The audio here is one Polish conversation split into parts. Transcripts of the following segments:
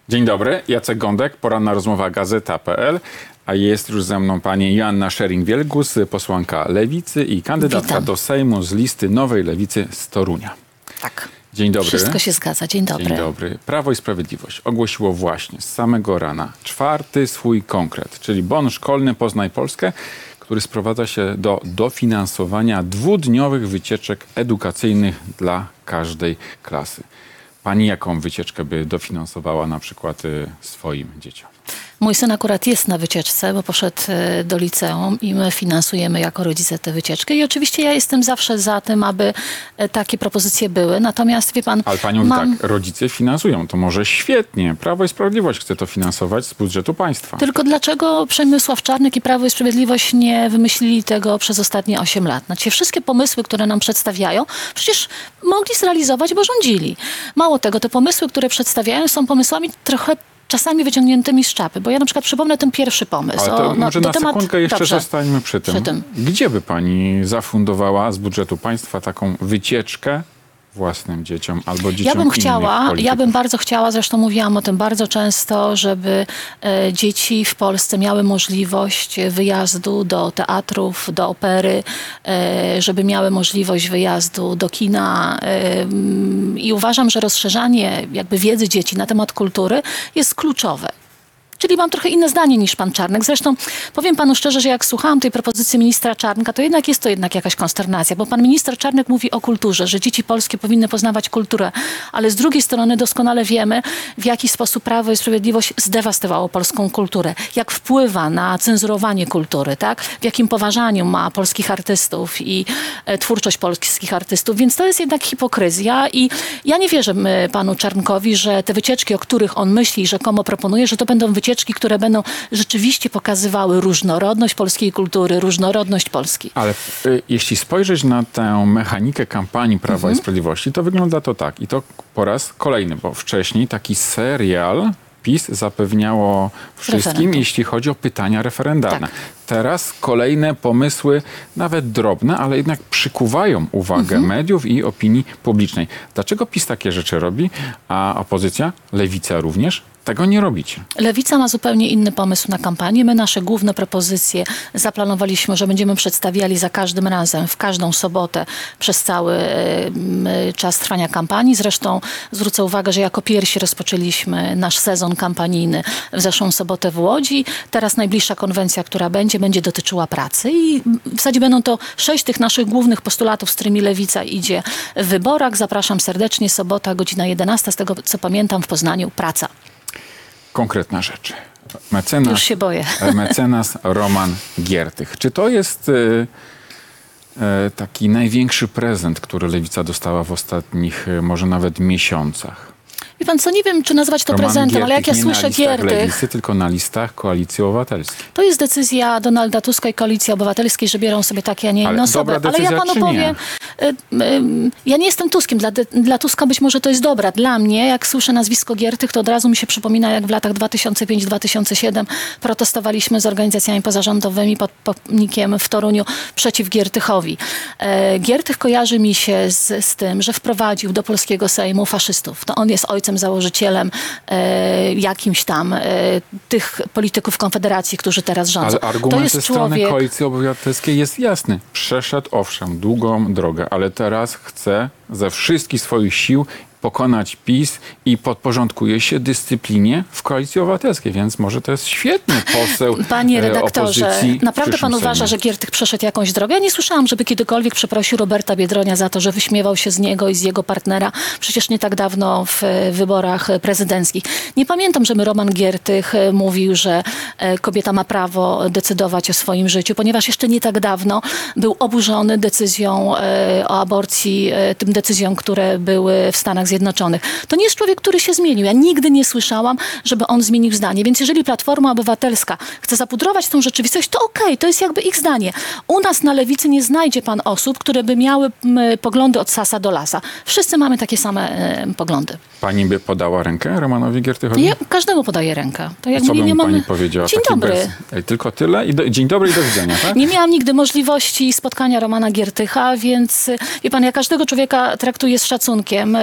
Dzień dobry, Jacek Gądek, poranna rozmowa Gazeta.pl, a jest już ze mną pani Joanna Scheuring-Wielgus, posłanka Lewicy i kandydatka Witam. do Sejmu z listy Nowej Lewicy z Torunia. Tak. Dzień dobry. Wszystko się zgadza. Dzień dobry. Dzień dobry. Prawo i Sprawiedliwość ogłosiło właśnie z samego rana czwarty swój konkret, czyli bon szkolny Poznaj Polskę, który sprowadza się do dofinansowania dwudniowych wycieczek edukacyjnych dla każdej klasy. Pani jaką wycieczkę by dofinansowała na przykład swoim dzieciom? Mój syn akurat jest na wycieczce, bo poszedł do liceum i my finansujemy jako rodzice tę wycieczkę. I oczywiście ja jestem zawsze za tym, aby takie propozycje były. Natomiast wie pan... Ale pani mówi tak, rodzice finansują. To może świetnie. Prawo i Sprawiedliwość chce to finansować z budżetu państwa. Tylko dlaczego Przemysław Czarnek i Prawo i Sprawiedliwość nie wymyślili tego przez ostatnie 8 lat? Znaczy, wszystkie pomysły, które nam przedstawiają, przecież mogli zrealizować, bo rządzili. Mało tego, te pomysły, które przedstawiają, są pomysłami trochę czasami wyciągniętymi z czapy. Bo ja na przykład przypomnę ten pierwszy pomysł. Ale to może na sekundkę jeszcze zostańmy przy tym. Gdzie by pani zafundowała z budżetu państwa taką wycieczkę własnym dzieciom albo dzieciom Ja bym bardzo chciała, zresztą mówiłam o tym bardzo często, żeby dzieci w Polsce miały możliwość wyjazdu do teatrów, do opery, żeby miały możliwość wyjazdu do kina i uważam, że rozszerzanie jakby wiedzy dzieci na temat kultury jest kluczowe. Czyli mam trochę inne zdanie niż pan Czarnek. Zresztą powiem panu szczerze, że jak słuchałam tej propozycji ministra Czarnka, to jednak jest to jakaś konsternacja, bo pan minister Czarnek mówi o kulturze, że dzieci polskie powinny poznawać kulturę, ale z drugiej strony doskonale wiemy, w jaki sposób Prawo i Sprawiedliwość zdewastowało polską kulturę, jak wpływa na cenzurowanie kultury, tak? W jakim poważaniu ma polskich artystów i twórczość polskich artystów, więc to jest jednak hipokryzja i ja nie wierzę panu Czarnkowi, że te wycieczki, o których on myśli, rzekomo proponuje, że to będą wycieczki, które będą rzeczywiście pokazywały różnorodność polskiej kultury, różnorodność Polski. Ale jeśli spojrzeć na tę mechanikę kampanii Prawa i Sprawiedliwości, to wygląda to tak. I to po raz kolejny, bo wcześniej taki serial PiS zapewniało wszystkim, jeśli chodzi o pytania referendalne. Tak. Teraz kolejne pomysły, nawet drobne, ale jednak przykuwają uwagę mediów i opinii publicznej. Dlaczego PiS takie rzeczy robi, a opozycja, Lewica również, tego nie robicie? Lewica ma zupełnie inny pomysł na kampanię. My nasze główne propozycje zaplanowaliśmy, że będziemy przedstawiali za każdym razem, w każdą sobotę przez cały czas trwania kampanii. Zresztą zwrócę uwagę, że jako pierwsi rozpoczęliśmy nasz sezon kampanijny w zeszłą sobotę w Łodzi. Teraz najbliższa konwencja, która będzie dotyczyła pracy i w zasadzie będą to 6 tych naszych głównych postulatów, z którymi Lewica idzie w wyborach. Zapraszam serdecznie, sobota, godzina 11, z tego co pamiętam w Poznaniu, praca. Konkretna rzecz. Już się boję. Mecenas Roman Giertych. Czy to jest taki największy prezent, który Lewica dostała w ostatnich może nawet miesiącach? Wie pan co, nie wiem, czy nazwać to Roman prezentem, Giertych, ale jak ja słyszę Giertych... Lewicy, tylko na listach Koalicji Obywatelskiej. To jest decyzja Donalda Tuska i Koalicji Obywatelskiej, że biorą sobie takie, a nie inne osoby. Ale ja panu powiem, ja nie jestem Tuskiem. Dla Tuska być może to jest dobra. Dla mnie, jak słyszę nazwisko Giertych, to od razu mi się przypomina, jak w latach 2005-2007 protestowaliśmy z organizacjami pozarządowymi pod pomnikiem w Toruniu przeciw Giertychowi. Giertych kojarzy mi się z tym, że wprowadził do polskiego Sejmu faszystów. To on jest ojcem, założycielem jakimś tam tych polityków Konfederacji, którzy teraz rządzą. Ale argument ze strony Koalicji Obywatelskiej jest jasny. Przeszedł, owszem, długą drogę, ale teraz chce ze wszystkich swoich sił pokonać PiS i podporządkuje się dyscyplinie w Koalicji Obywatelskiej, więc może to jest świetny poseł Panie redaktorze, opozycji. Naprawdę pan uważa, że Giertych przeszedł jakąś drogę? Ja nie słyszałam, żeby kiedykolwiek przeprosił Roberta Biedronia za to, że wyśmiewał się z niego i z jego partnera przecież nie tak dawno w wyborach prezydenckich. Nie pamiętam, żeby Roman Giertych mówił, że kobieta ma prawo decydować o swoim życiu, ponieważ jeszcze nie tak dawno był oburzony decyzją o aborcji, tym decyzjom, które były w Stanach Zjednoczonych. To nie jest człowiek, który się zmienił. Ja nigdy nie słyszałam, żeby on zmienił zdanie. Więc jeżeli Platforma Obywatelska chce zapudrować tą rzeczywistość, to okej, to jest jakby ich zdanie. U nas na Lewicy nie znajdzie pan osób, które by miały poglądy od sasa do lasa. Wszyscy mamy takie same poglądy. Pani by podała rękę Romanowi Giertychowi? Ja każdemu podaję rękę. To jak co by mu pani mamy... powiedziała? Dzień dobry. Tylko tyle? Dzień dobry i do widzenia, tak? Nie miałam nigdy możliwości spotkania Romana Giertycha, więc wie pan, ja każdego człowieka traktuję z szacunkiem.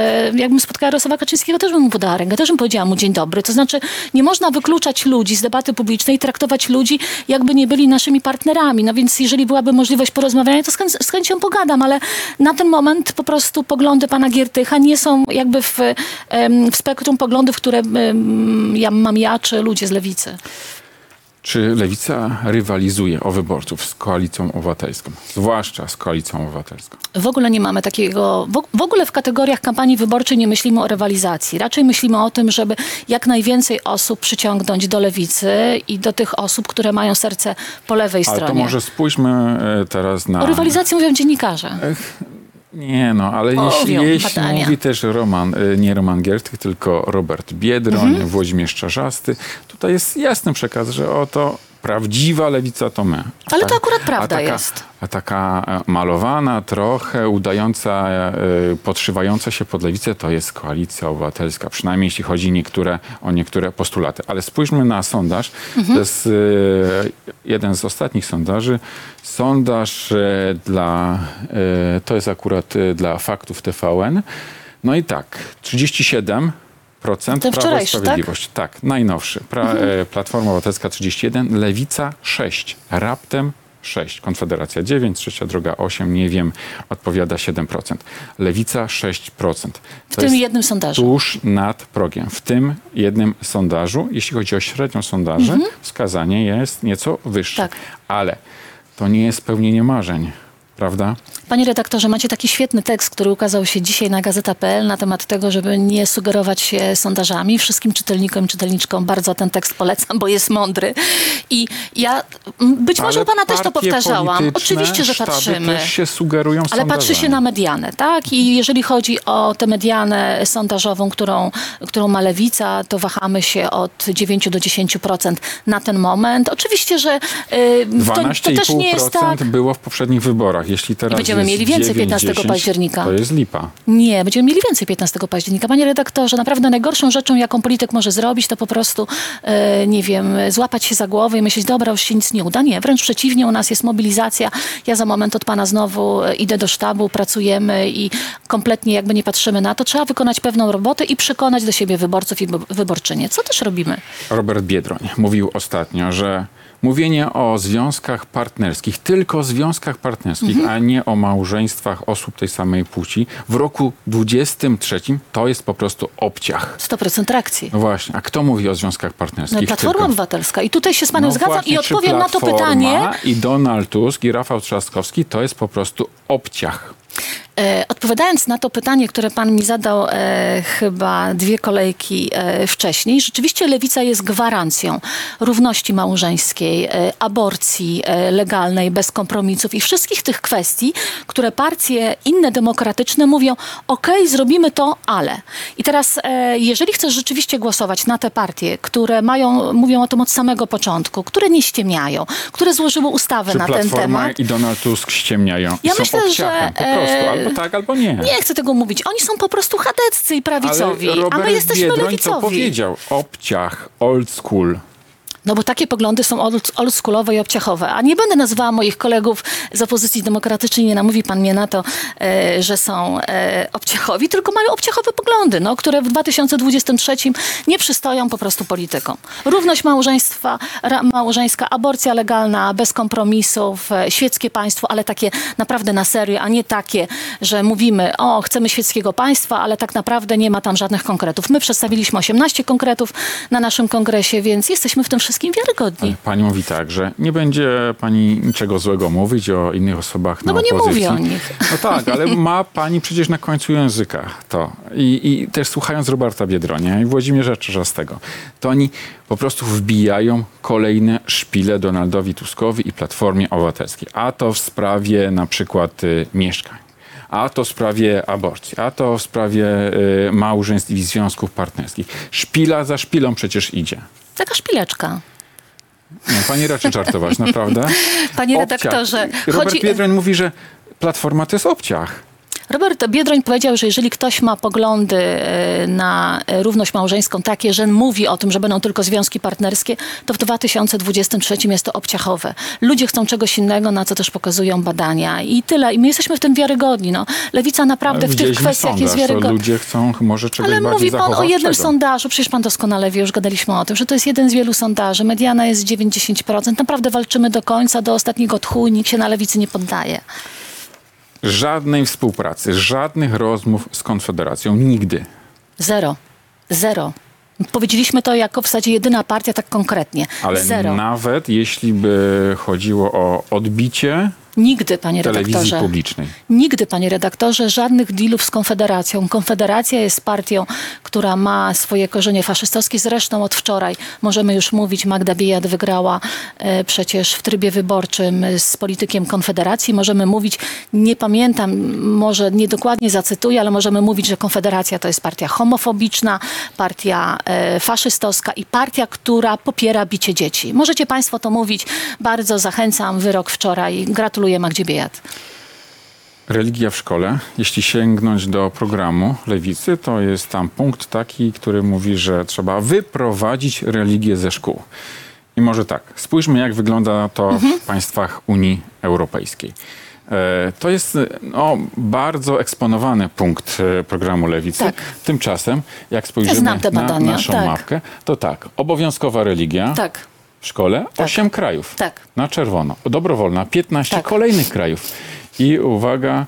jakbym spotkała Jarosława Kaczyńskiego, też bym mu podała rękę, też bym powiedziała mu dzień dobry. To znaczy, nie można wykluczać ludzi z debaty publicznej i traktować ludzi, jakby nie byli naszymi partnerami. No więc jeżeli byłaby możliwość porozmawiania, to z chęcią pogadam, ale na ten moment po prostu poglądy pana Giertycha nie są jakby w spektrum poglądów, które mam ja, czy ludzie z Lewicy. Czy Lewica rywalizuje o wyborców z Koalicją Obywatelską? Zwłaszcza z Koalicją Obywatelską. W ogóle nie mamy takiego... W ogóle w kategoriach kampanii wyborczej nie myślimy o rywalizacji. Raczej myślimy o tym, żeby jak najwięcej osób przyciągnąć do Lewicy i do tych osób, które mają serce po lewej stronie. Ale to może spójrzmy teraz na... O rywalizacji mówią dziennikarze. Nie no, ale jeśli mówi też nie Roman Giertych, tylko Robert Biedroń, Włodzimierz Czarzasty, tutaj jest jasny przekaz, że oto prawdziwa lewica to my. Ale to akurat prawda jest. A taka malowana, trochę udająca, podszywająca się pod lewicę, to jest Koalicja Obywatelska. Przynajmniej jeśli chodzi o niektóre postulaty. Ale spójrzmy na sondaż. To jest jeden z ostatnich sondaży. Sondaż to jest akurat dla Faktów TVN. No i tak, 37%. Prawo i Sprawiedliwość. Tak, najnowszy. Platforma Obywatelska 31, Lewica 6, raptem 6, Konfederacja 9, Trzecia Droga 8, nie wiem, odpowiada 7%. Lewica 6%. W tym jednym sondażu. Tuż nad progiem. W tym jednym sondażu, jeśli chodzi o średnią sondaże, wskazanie jest nieco wyższe. Tak. Ale to nie jest spełnienie marzeń. Prawda? Panie redaktorze, macie taki świetny tekst, który ukazał się dzisiaj na Gazeta.pl na temat tego, żeby nie sugerować się sondażami. Wszystkim czytelnikom i czytelniczkom bardzo ten tekst polecam, bo jest mądry. I ja być może pana też to powtarzałam. Oczywiście, że patrzymy. Też się sugerują ale sondażami. patrzy się na medianę, tak? I jeżeli chodzi o tę medianę sondażową, którą ma Lewica, to wahamy się od 9 do 10% na ten moment. Oczywiście, że to też nie jest tak. było w poprzednich wyborach. Jeśli teraz będziemy mieli więcej 15 października. To jest lipa. Nie, będziemy mieli więcej 15 października. Panie redaktorze, naprawdę najgorszą rzeczą, jaką polityk może zrobić, to po prostu, nie wiem, złapać się za głowę i myśleć, dobra, już się nic nie uda. Nie, wręcz przeciwnie, u nas jest mobilizacja. Ja za moment od pana znowu idę do sztabu, pracujemy i kompletnie jakby nie patrzymy na to. Trzeba wykonać pewną robotę i przekonać do siebie wyborców i wyborczynie. Co też robimy? Robert Biedroń mówił ostatnio, że mówienie o związkach partnerskich, tylko o związkach partnerskich, a nie o małżeństwach osób tej samej płci, w roku 23 to jest po prostu obciach. 100% reakcji. No właśnie, a kto mówi o związkach partnerskich? No, Platforma Obywatelska. I tutaj się z panem zgadzam właśnie, i odpowiem na to pytanie. I Donald Tusk, i Rafał Trzaskowski to jest po prostu obciach. Odpowiadając na to pytanie, które pan mi zadał chyba 2 kolejki wcześniej, rzeczywiście Lewica jest gwarancją równości małżeńskiej, aborcji legalnej, bez kompromisów i wszystkich tych kwestii, które partie inne demokratyczne mówią, okej, zrobimy to, ale. I teraz, jeżeli chcesz rzeczywiście głosować na te partie, które mówią o tym od samego początku, które nie ściemniają, które złożyły ustawę na ten temat. Platforma i Donald Tusk ściemniają. Ja są myślę, obciachem, po prostu. Albo tak, albo nie. Nie chcę tego mówić. Oni są po prostu chadeccy i prawicowi, ale a my jesteśmy Biedroń lewicowi. to powiedział. Obciach, old school. No bo takie poglądy są oldschoolowe i obciachowe. A nie będę nazywała moich kolegów z opozycji demokratycznej, nie namówi pan mnie na to, że są obciachowi, tylko mają obciachowe poglądy, no, które w 2023 nie przystoją po prostu politykom. Równość małżeńska, aborcja legalna, bez kompromisów, świeckie państwo, ale takie naprawdę na serio, a nie takie, że mówimy, chcemy świeckiego państwa, ale tak naprawdę nie ma tam żadnych konkretów. My przedstawiliśmy 18 konkretów na naszym kongresie, więc jesteśmy w tym wszystkim wiarygodni. Ale pani mówi tak, że nie będzie pani niczego złego mówić o innych osobach no na opozycji. No bo nie mówię o nich. No tak, ale ma pani przecież na końcu języka to. I też słuchając Roberta Biedronia i Włodzimierza Czarzastego, to oni po prostu wbijają kolejne szpile Donaldowi Tuskowi i Platformie Obywatelskiej. A to w sprawie na przykład mieszkań. A to w sprawie aborcji, a to w sprawie małżeństw i związków partnerskich. Szpila za szpilą przecież idzie. Taka szpileczka. Nie, pani raczy żartować, naprawdę. Panie redaktorze. Robert Biedroń mówi, że Platforma to jest obciach. Robert Biedroń powiedział, że jeżeli ktoś ma poglądy na równość małżeńską takie, że mówi o tym, że będą tylko związki partnerskie, to w 2023 jest to obciachowe. Ludzie chcą czegoś innego, na co też pokazują badania i tyle. I my jesteśmy w tym wiarygodni. No. Lewica naprawdę w tych kwestiach jest wiarygodna. Ludzie chcą może czegoś ale bardziej mówi pan zachowawczego. o jednym sondażu, przecież pan doskonale wie, już gadaliśmy o tym, że to jest jeden z wielu sondaży. Mediana jest 9-10%. Naprawdę walczymy do końca, do ostatniego tchu i nikt się na lewicy nie poddaje. Żadnej współpracy, żadnych rozmów z Konfederacją. Nigdy. Zero. Powiedzieliśmy to jako w zasadzie jedyna partia tak konkretnie. Ale Zero. nawet jeśli by chodziło o odbicie Nigdy, panie telewizji redaktorze. publicznej. Nigdy, panie redaktorze, żadnych dealów z Konfederacją. Konfederacja jest partią, która ma swoje korzenie faszystowskie. Zresztą od wczoraj możemy już mówić, Magda Biejat wygrała przecież w trybie wyborczym z politykiem Konfederacji. Możemy mówić, nie pamiętam, może niedokładnie zacytuję, ale możemy mówić, że Konfederacja to jest partia homofobiczna, partia faszystowska i partia, która popiera bicie dzieci. Możecie państwo to mówić. Bardzo zachęcam. Wyrok wczoraj. Gratuluję Magdzie Biejat. Religia w szkole, jeśli sięgnąć do programu Lewicy, to jest tam punkt taki, który mówi, że trzeba wyprowadzić religię ze szkół. I może tak, spójrzmy jak wygląda to w państwach Unii Europejskiej. To jest bardzo eksponowany punkt programu Lewicy. Tak. Tymczasem, jak spojrzymy znam te na badania, naszą tak. mapkę, to tak, obowiązkowa religia Tak. w szkole, Tak. 8 krajów. Tak. Na czerwono. Dobrowolna, 15 Tak. kolejnych krajów. I uwaga,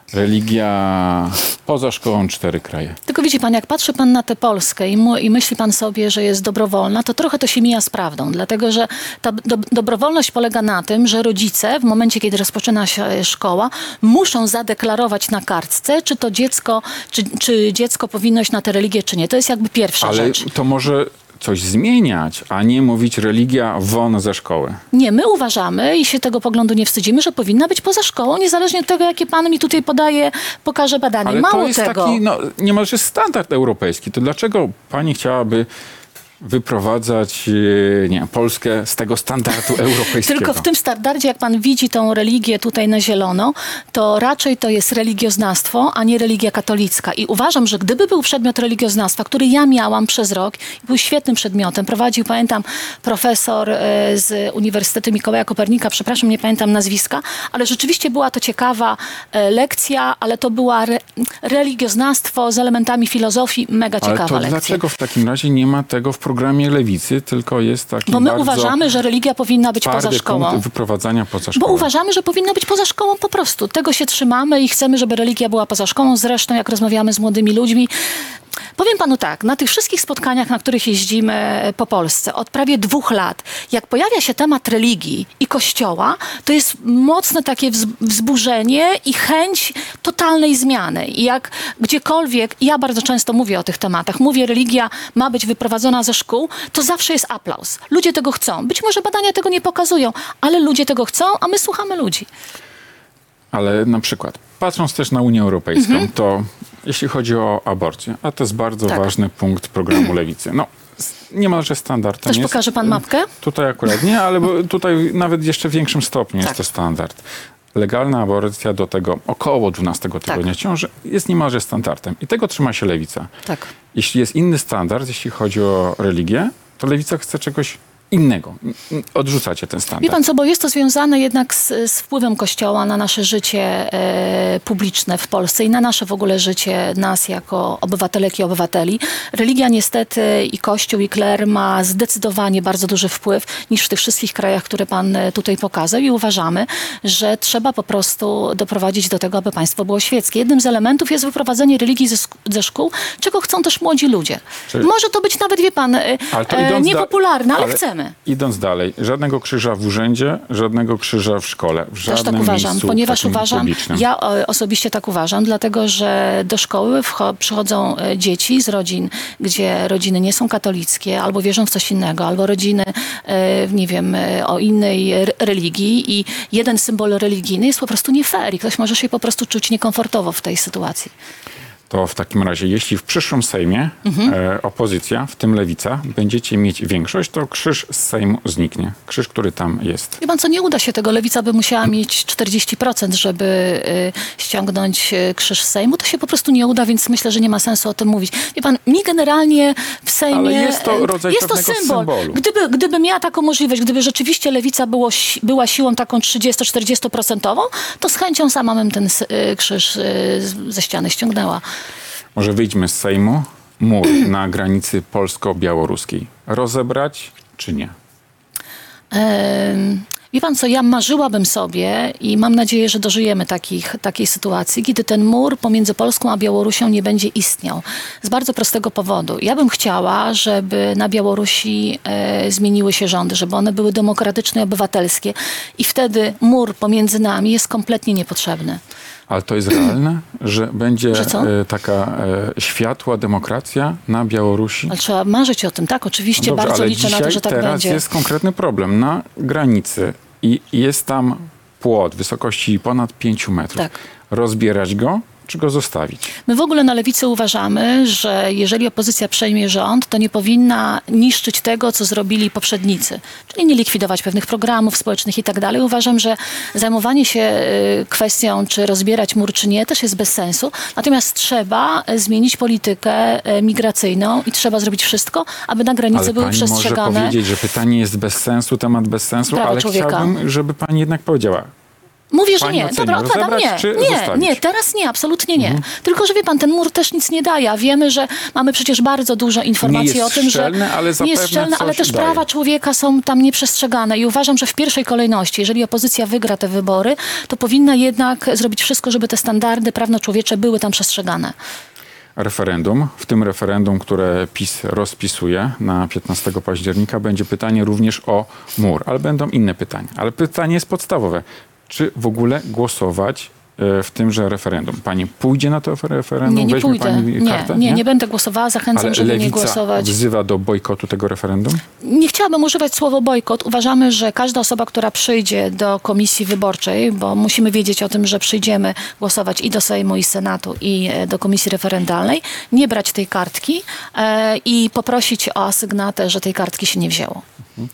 religia poza szkołą, 4 kraje. Tylko widzi pan, jak patrzy pan na tę Polskę i myśli pan sobie, że jest dobrowolna, to trochę to się mija z prawdą. Dlatego, że ta dobrowolność polega na tym, że rodzice w momencie, kiedy rozpoczyna się szkoła, muszą zadeklarować na kartce, czy to dziecko, czy dziecko powinno iść na tę religię, czy nie. To jest jakby pierwsza Ale rzecz. to może coś zmieniać, a nie mówić religia won ze szkoły. Nie, my uważamy i się tego poglądu nie wstydzimy, że powinna być poza szkołą, niezależnie od tego, jakie pan mi tutaj pokaże badanie. Ale Mało to jest tego. taki niemalże standard europejski. To dlaczego pani chciałaby wyprowadzać Polskę z tego standardu europejskiego? Tylko w tym standardzie, jak pan widzi tą religię tutaj na zielono, to raczej to jest religioznawstwo, a nie religia katolicka. I uważam, że gdyby był przedmiot religioznawstwa, który ja miałam przez rok, był świetnym przedmiotem, prowadził, pamiętam, profesor z Uniwersytetu Mikołaja Kopernika, przepraszam, nie pamiętam nazwiska, ale rzeczywiście była to ciekawa lekcja, ale to była religioznawstwo z elementami filozofii, mega Ale ciekawa to lekcja. dlaczego w takim razie nie ma tego w programie Lewicy, tylko jest taki Bo my bardzo uważamy, że religia powinna być poza twardy szkołą. punkt wyprowadzania poza Bo szkołę. uważamy, że powinna być poza szkołą po prostu. Tego się trzymamy i chcemy, żeby religia była poza szkołą. Zresztą, jak rozmawiamy z młodymi ludźmi, powiem panu tak, na tych wszystkich spotkaniach, na których jeździmy po Polsce od prawie 2 lat, jak pojawia się temat religii i kościoła, to jest mocne takie wzburzenie i chęć totalnej zmiany. I jak gdziekolwiek, ja bardzo często mówię o tych tematach, mówię, religia ma być wyprowadzona ze szkół, to zawsze jest aplauz. Ludzie tego chcą. Być może badania tego nie pokazują, ale ludzie tego chcą, a my słuchamy ludzi. Ale na przykład, patrząc też na Unię Europejską, to jeśli chodzi o aborcję, a to jest bardzo Tak. ważny punkt programu Lewicy. Niemalże standardem Też jest... pokaże pan mapkę? Tutaj akurat nie, ale tutaj nawet w jeszcze większym stopniu jest Tak. to standard. Legalna aborcja do tego około 12 tygodnia ciąży jest niemalże standardem. I tego trzyma się Lewica. Tak. Jeśli jest inny standard, jeśli chodzi o religię, to Lewica chce czegoś innego. Odrzucacie ten standard. Wie pan co, bo jest to związane jednak z wpływem Kościoła na nasze życie publiczne w Polsce i na nasze w ogóle życie nas jako obywatelek i obywateli. Religia niestety i Kościół i kler ma zdecydowanie bardzo duży wpływ niż w tych wszystkich krajach, które pan tutaj pokazał i uważamy, że trzeba po prostu doprowadzić do tego, aby państwo było świeckie. Jednym z elementów jest wyprowadzenie religii ze szkół, czego chcą też młodzi ludzie. Czyli- Może to być nawet, wie pan, Ale to idąc niepopularne, ale ale chcemy. Idąc dalej, żadnego krzyża w urzędzie, żadnego krzyża w szkole, w żadnym Też tak uważam, miejscu ponieważ takim uważam, publicznym. ja osobiście tak uważam, dlatego że do szkoły przychodzą dzieci z rodzin, gdzie rodziny nie są katolickie, albo wierzą w coś innego, albo rodziny, nie wiem, o innej religii i jeden symbol religijny jest po prostu nie fair i ktoś może się po prostu czuć niekomfortowo w tej sytuacji. To w takim razie, jeśli w przyszłym Sejmie opozycja, w tym lewica, będziecie mieć większość, to krzyż z Sejmu zniknie. Krzyż, który tam jest. Wie pan co, nie uda się tego. Lewica by musiała mieć 40%, żeby ściągnąć krzyż z Sejmu. To się po prostu nie uda, więc myślę, że nie ma sensu o tym mówić. Wie pan, mi generalnie w Sejmie... Ale jest to rodzaj jest to pewnego symbolu. symbolu. Gdyby miała taką możliwość, gdyby rzeczywiście Lewica była siłą taką 30-40%, to z chęcią sama bym ten krzyż ze ściany ściągnęła. Może wyjdźmy z Sejmu. Mur na granicy polsko-białoruskiej. Rozebrać czy nie? Wie pan co, ja marzyłabym sobie i mam nadzieję, że dożyjemy takiej sytuacji, kiedy ten mur pomiędzy Polską a Białorusią nie będzie istniał. Z bardzo prostego powodu. Ja bym chciała, żeby na Białorusi zmieniły się rządy, żeby one były demokratyczne i obywatelskie i wtedy mur pomiędzy nami jest kompletnie niepotrzebny. Ale to jest realne, że będzie Że co? taka światła demokracja na Białorusi? Ale trzeba marzyć o tym, tak? Oczywiście Dobrze, bardzo ale liczę na to, że tak teraz będzie. jest konkretny problem. Na granicy i jest tam płot wysokości ponad 5 metrów. Tak. Rozbierać go, czy go zostawić? My w ogóle na Lewicy uważamy, że jeżeli opozycja przejmie rząd, to nie powinna niszczyć tego, co zrobili poprzednicy. Czyli nie likwidować pewnych programów społecznych i tak dalej. Uważam, że zajmowanie się kwestią, czy rozbierać mur, czy nie, też jest bez sensu. Natomiast trzeba zmienić politykę migracyjną i trzeba zrobić wszystko, aby na granicy Ale były pani przestrzegane... może powiedzieć, że pytanie jest bez sensu, temat bez sensu, Prawa ale człowieka. chciałbym, żeby pani jednak powiedziała. Mówię, że Pani nie. ocenia, Dobra, odpowiadam, rozebrać czy zostawić? nie, teraz nie, absolutnie nie. Tylko, że wie pan, ten mur też nic nie daje. A wiemy, że mamy przecież bardzo dużo informacji Nie o jest tym, szczelny, że ale nie zapewne jest szczelne, ale coś też daje. prawa człowieka są tam nieprzestrzegane. I uważam, że w pierwszej kolejności, jeżeli opozycja wygra te wybory, to powinna jednak zrobić wszystko, żeby te standardy prawno-człowiecze były tam przestrzegane. Referendum. W tym referendum, które PiS rozpisuje na 15 października, będzie pytanie również o mur, ale będą inne pytania. Ale pytanie jest podstawowe. Czy w ogóle głosować w tymże referendum? Pani pójdzie na to referendum? Nie Weźmie pójdę. pani kartę? Nie będę głosowała. Zachęcam, Ale żeby nie Lewica głosować. wzywa do bojkotu tego referendum? Nie chciałabym używać słowa bojkot. Uważamy, że każda osoba, która przyjdzie do komisji wyborczej, bo musimy wiedzieć o tym, że przyjdziemy głosować i do Sejmu, i Senatu, i do komisji referendalnej, nie brać tej kartki i poprosić o asygnatę, że tej kartki się nie wzięło.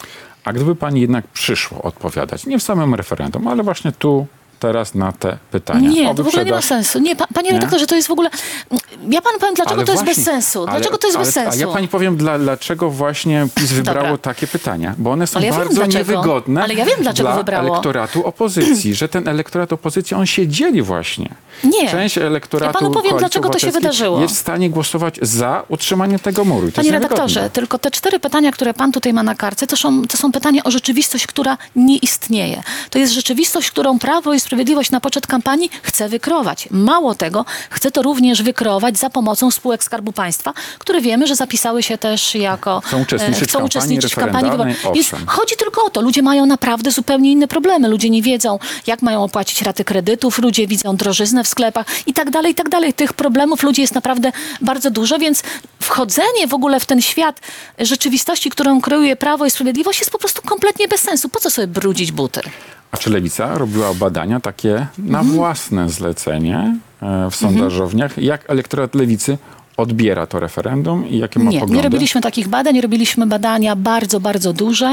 A gdyby pani jednak przyszło odpowiadać, nie w samym referendum, ale właśnie tu, teraz na te pytania. Nie, o to w ogóle nie ma wyprzedaż. sensu. Nie, panie redaktorze, to jest w ogóle... Ja panu powiem, dlaczego Ale to jest właśnie, bez sensu. Dlaczego to jest bez sensu? A ja pani powiem, dlaczego właśnie PiS wybrało Dobra. takie pytania. Bo one są Ale ja wiem bardzo dlaczego. niewygodne Ale ja wiem, dlaczego dla wybrało. elektoratu opozycji. Że ten elektorat opozycji, on się dzieli właśnie. Nie. Część elektoratu Ja panu powiem, Koalicji dlaczego to się Obywatelskiej wydarzyło. jest w stanie głosować za utrzymaniem tego muru. I to Panie jest redaktorze, niewygodne. tylko te 4 pytania, które pan tutaj ma na kartce, to są pytania o rzeczywistość, która nie istnieje. To jest rzeczywistość, którą Prawo i Sprawiedliwość na poczet kampanii chce wykreować. Mało tego, chce to również wykreować za pomocą spółek Skarbu Państwa, które wiemy, że zapisały się też jako... Chcą uczestniczyć w kampanii wyborczej. referendalnej, Więc owszem. chodzi tylko o to. Ludzie mają naprawdę zupełnie inne problemy. Ludzie nie wiedzą, jak mają opłacić raty kredytów, ludzie widzą drożyznę w sklepach i tak dalej, i tak dalej. Tych problemów ludzi jest naprawdę bardzo dużo, więc wchodzenie w ogóle w ten świat rzeczywistości, którą kreuje Prawo i Sprawiedliwość, jest po prostu kompletnie bez sensu. Po co sobie brudzić buty? A czy Lewica robiła badania takie na własne zlecenie w sondażowniach? Jak elektorat Lewicy odbiera to referendum i jakie ma poglądy? Nie robiliśmy takich badań. Robiliśmy badania bardzo, bardzo duże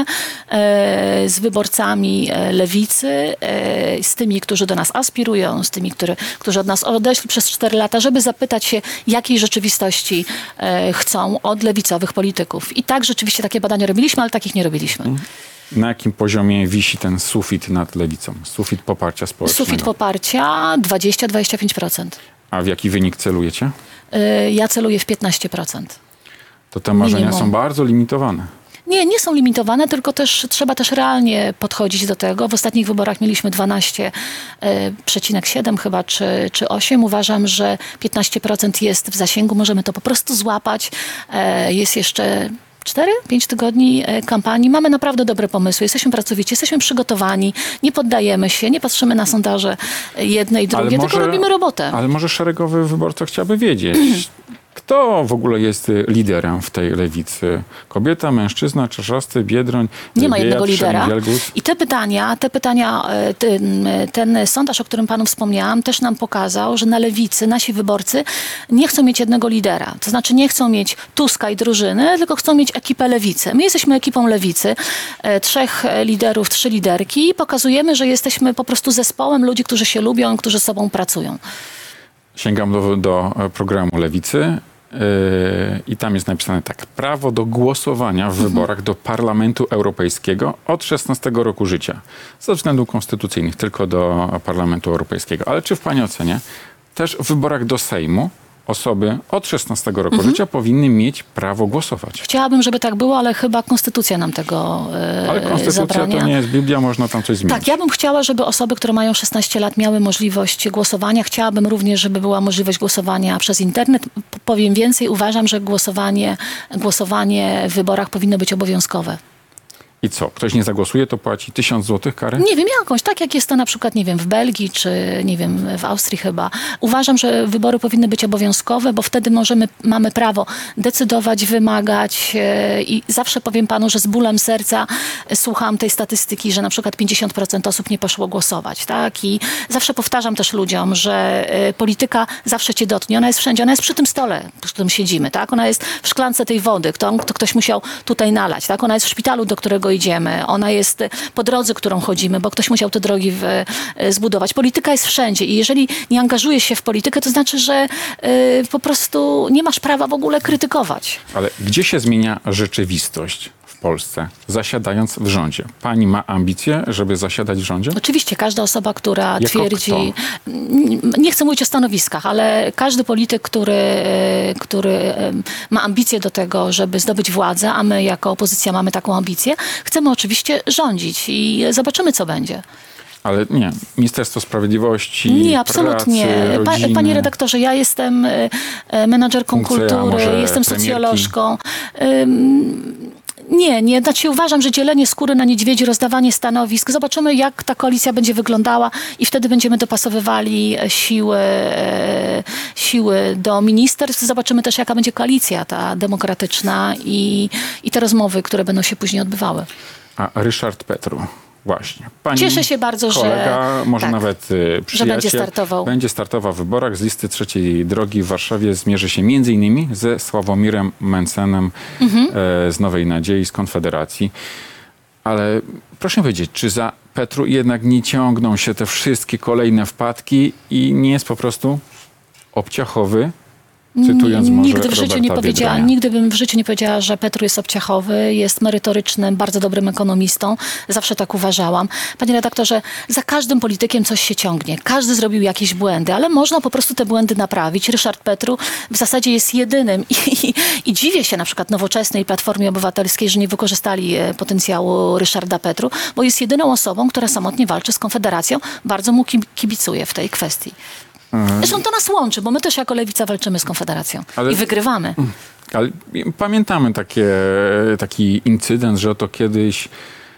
z wyborcami Lewicy, z tymi, którzy do nas aspirują, z tymi, którzy od nas odeszli przez 4 lata, żeby zapytać się, jakiej rzeczywistości chcą od lewicowych polityków. I tak rzeczywiście takie badania robiliśmy, ale takich nie robiliśmy. Na jakim poziomie wisi ten sufit nad Lewicą? Sufit poparcia społecznego. Sufit poparcia 20-25%. A w jaki wynik celujecie? Ja celuję w 15%. To te marzenia Minimum. są bardzo limitowane. Nie są limitowane, tylko też trzeba też realnie podchodzić do tego. W ostatnich wyborach mieliśmy 12,7 chyba, czy 8. Uważam, że 15% jest w zasięgu. Możemy to po prostu złapać. Jest jeszcze 4-5 tygodni kampanii. Mamy naprawdę dobre pomysły. Jesteśmy pracowici, jesteśmy przygotowani, nie poddajemy się, nie patrzymy na sondaże jedne i drugie, tylko robimy robotę. Ale może szeregowy wyborca chciałby wiedzieć, Kto w ogóle jest liderem w tej lewicy? Kobieta, mężczyzna, Czarzasty, Biedroń, Nie ma jednego Biejat, lidera. Wielgus? I te pytania, ten sondaż, o którym panu wspomniałam, też nam pokazał, że na lewicy nasi wyborcy nie chcą mieć jednego lidera. To znaczy nie chcą mieć Tuska i drużyny, tylko chcą mieć ekipę lewicy. My jesteśmy ekipą lewicy, 3 liderów, 3 liderki i pokazujemy, że jesteśmy po prostu zespołem ludzi, którzy się lubią i którzy z sobą pracują. Sięgam do programu Lewicy i tam jest napisane tak. Prawo do głosowania w wyborach do Parlamentu Europejskiego od 16 roku życia. Ze względów konstytucyjnych tylko do Parlamentu Europejskiego. Ale czy w pani ocenie też w wyborach do Sejmu osoby od 16 roku życia powinny mieć prawo głosować? Chciałabym, żeby tak było, ale chyba konstytucja nam tego Ale konstytucja zabrania. to nie jest Biblia, można tam coś zmienić. Tak, ja bym chciała, żeby osoby, które mają 16 lat, miały możliwość głosowania. Chciałabym również, żeby była możliwość głosowania przez internet. Powiem więcej, uważam, że głosowanie w wyborach powinno być obowiązkowe. I co? Ktoś nie zagłosuje, to płaci 1000 złotych kary? Nie wiem, jakąś, tak jak jest to na przykład, nie wiem, w Belgii, czy nie wiem, w Austrii chyba. Uważam, że wybory powinny być obowiązkowe, bo wtedy mamy prawo decydować, wymagać i zawsze powiem panu, że z bólem serca słucham tej statystyki, że na przykład 50% osób nie poszło głosować, tak? I zawsze powtarzam też ludziom, że polityka zawsze cię dotknie. Ona jest wszędzie, ona jest przy tym stole, przy którym siedzimy, tak? Ona jest w szklance tej wody, to ktoś musiał tutaj nalać, tak? Ona jest w szpitalu, do którego idziemy. Ona jest po drodze, którą chodzimy, bo ktoś musiał te drogi zbudować. Polityka jest wszędzie i jeżeli nie angażujesz się w politykę, to znaczy, że po prostu nie masz prawa w ogóle krytykować. Ale gdzie się zmienia rzeczywistość w Polsce, zasiadając w rządzie? Pani ma ambicje, żeby zasiadać w rządzie? Oczywiście każda osoba, która Jako twierdzi... Nie chcę mówić o stanowiskach, ale każdy polityk, który ma ambicje do tego, żeby zdobyć władzę, a my jako opozycja mamy taką ambicję, chcemy oczywiście rządzić i zobaczymy, co będzie. Ale nie, Ministerstwo Sprawiedliwości, Nie, absolutnie. pracy, rodziny. Panie redaktorze, ja jestem menadżerką Funkcja, kultury, może jestem premierki? socjolożką. Nie. Znaczy uważam, że dzielenie skóry na niedźwiedzi, rozdawanie stanowisk. Zobaczymy, jak ta koalicja będzie wyglądała i wtedy będziemy dopasowywali siły do ministerstw. Zobaczymy też, jaka będzie koalicja ta demokratyczna i te rozmowy, które będą się później odbywały. A Ryszard Petru, właśnie. Pani Cieszę się bardzo, kolega, że... może tak, nawet przyjaciel, że będzie startował. Będzie startował w wyborach z listy Trzeciej Drogi w Warszawie. Zmierzy się m.in. ze Sławomirem Mencenem z Nowej Nadziei, z Konfederacji. Ale proszę powiedzieć, czy za Petru jednak nie ciągną się te wszystkie kolejne wpadki i nie jest po prostu obciachowy? Cytując może Nigdy bym w życiu nie powiedziała, że Petru jest obciachowy, jest merytorycznym, bardzo dobrym ekonomistą. Zawsze tak uważałam. Panie redaktorze, za każdym politykiem coś się ciągnie. Każdy zrobił jakieś błędy, ale można po prostu te błędy naprawić. Ryszard Petru w zasadzie jest jedynym i dziwię się na przykład Nowoczesnej Platformie Obywatelskiej, że nie wykorzystali potencjału Ryszarda Petru, bo jest jedyną osobą, która samotnie walczy z Konfederacją. Bardzo mu kibicuję w tej kwestii. Zresztą to nas łączy, bo my też jako Lewica walczymy z Konfederacją i wygrywamy. Ale pamiętamy taki incydent, że oto kiedyś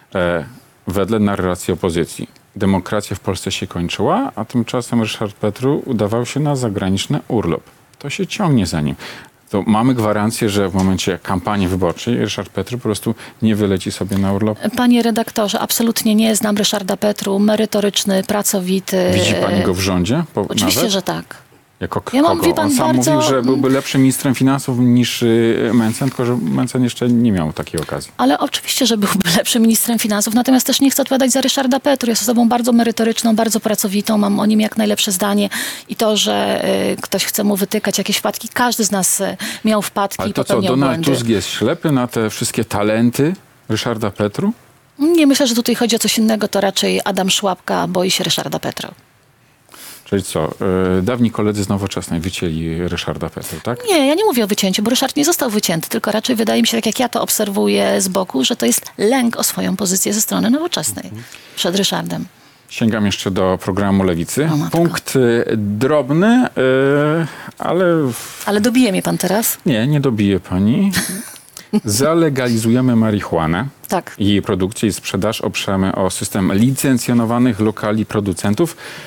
wedle narracji opozycji demokracja w Polsce się kończyła, a tymczasem Ryszard Petru udawał się na zagraniczny urlop. To się ciągnie za nim. To mamy gwarancję, że w momencie kampanii wyborczej Ryszard Petru po prostu nie wyleci sobie na urlop? Panie redaktorze, absolutnie nie znam Ryszarda Petru. Merytoryczny, pracowity. Widzi pani go w rządzie? Oczywiście, nawet? że tak. Jako Ja mam, kogo? wie pan, On sam bardzo... mówił, że byłby lepszym ministrem finansów niż Mencen, tylko że Mencen jeszcze nie miał takiej okazji. Ale oczywiście, że byłby lepszym ministrem finansów, natomiast też nie chcę odpowiadać za Ryszarda Petru. Jest osobą bardzo merytoryczną, bardzo pracowitą, mam o nim jak najlepsze zdanie i to, że ktoś chce mu wytykać jakieś wpadki, każdy z nas miał wpadki Ale i to co, popełniał Donald błędy. Tusk jest ślepy na te wszystkie talenty Ryszarda Petru? Nie, myślę, że tutaj chodzi o coś innego, to raczej Adam Szłapka boi się Ryszarda Petru. Czyli co, dawni koledzy z Nowoczesnej wycięli Ryszarda Petru, tak? Nie, ja nie mówię o wycięciu, bo Ryszard nie został wycięty, tylko raczej wydaje mi się, tak jak ja to obserwuję z boku, że to jest lęk o swoją pozycję ze strony Nowoczesnej przed Ryszardem. Sięgam jeszcze do programu Lewicy. O, matko. Punkt drobny, ale... Ale dobije mnie pan teraz? Nie dobije pani. Zalegalizujemy marihuanę. Tak. I jej produkcję i sprzedaż oprzemy o system licencjonowanych lokali producentów.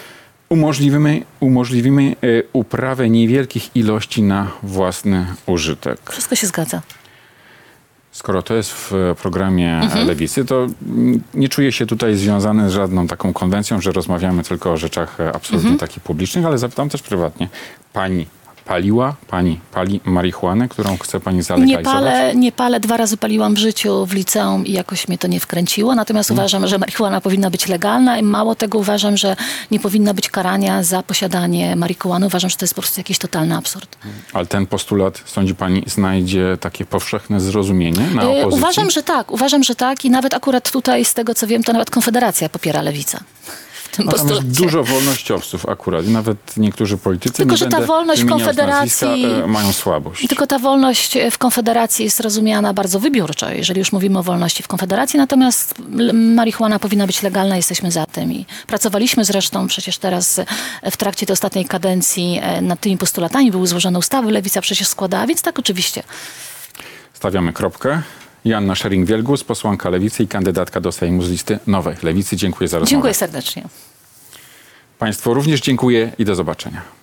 Umożliwimy uprawę niewielkich ilości na własny użytek. Wszystko się zgadza. Skoro to jest w programie Lewicy, to nie czuję się tutaj związany z żadną taką konwencją, że rozmawiamy tylko o rzeczach absolutnie takich publicznych, ale zapytam też prywatnie. Pani pali marihuanę, którą chce pani zalegalizować? Nie palę. 2 razy paliłam w życiu w liceum i jakoś mnie to nie wkręciło. Natomiast uważam, że marihuana powinna być legalna i mało tego uważam, że nie powinna być karania za posiadanie marihuany. Uważam, że to jest po prostu jakiś totalny absurd. Ale ten postulat, sądzi pani, znajdzie takie powszechne zrozumienie na opozycji? Uważam, że tak i nawet akurat tutaj z tego co wiem, to nawet Konfederacja popiera Lewicę. Natomiast dużo wolnościowców akurat, nawet niektórzy politycy, tylko, że ta wolność w Konfederacji mają słabość. Tylko ta wolność w Konfederacji jest rozumiana bardzo wybiórczo, jeżeli już mówimy o wolności w Konfederacji, natomiast marihuana powinna być legalna, jesteśmy za tym i pracowaliśmy zresztą przecież teraz w trakcie tej ostatniej kadencji nad tymi postulatami, były złożone ustawy, Lewica przecież składała, więc tak oczywiście. Stawiamy kropkę. Joanna Scheuring-Wielgus, posłanka Lewicy i kandydatka do Sejmu z listy Nowej Lewicy. Dziękuję za rozmowę. Dziękuję serdecznie. Państwu również dziękuję i do zobaczenia.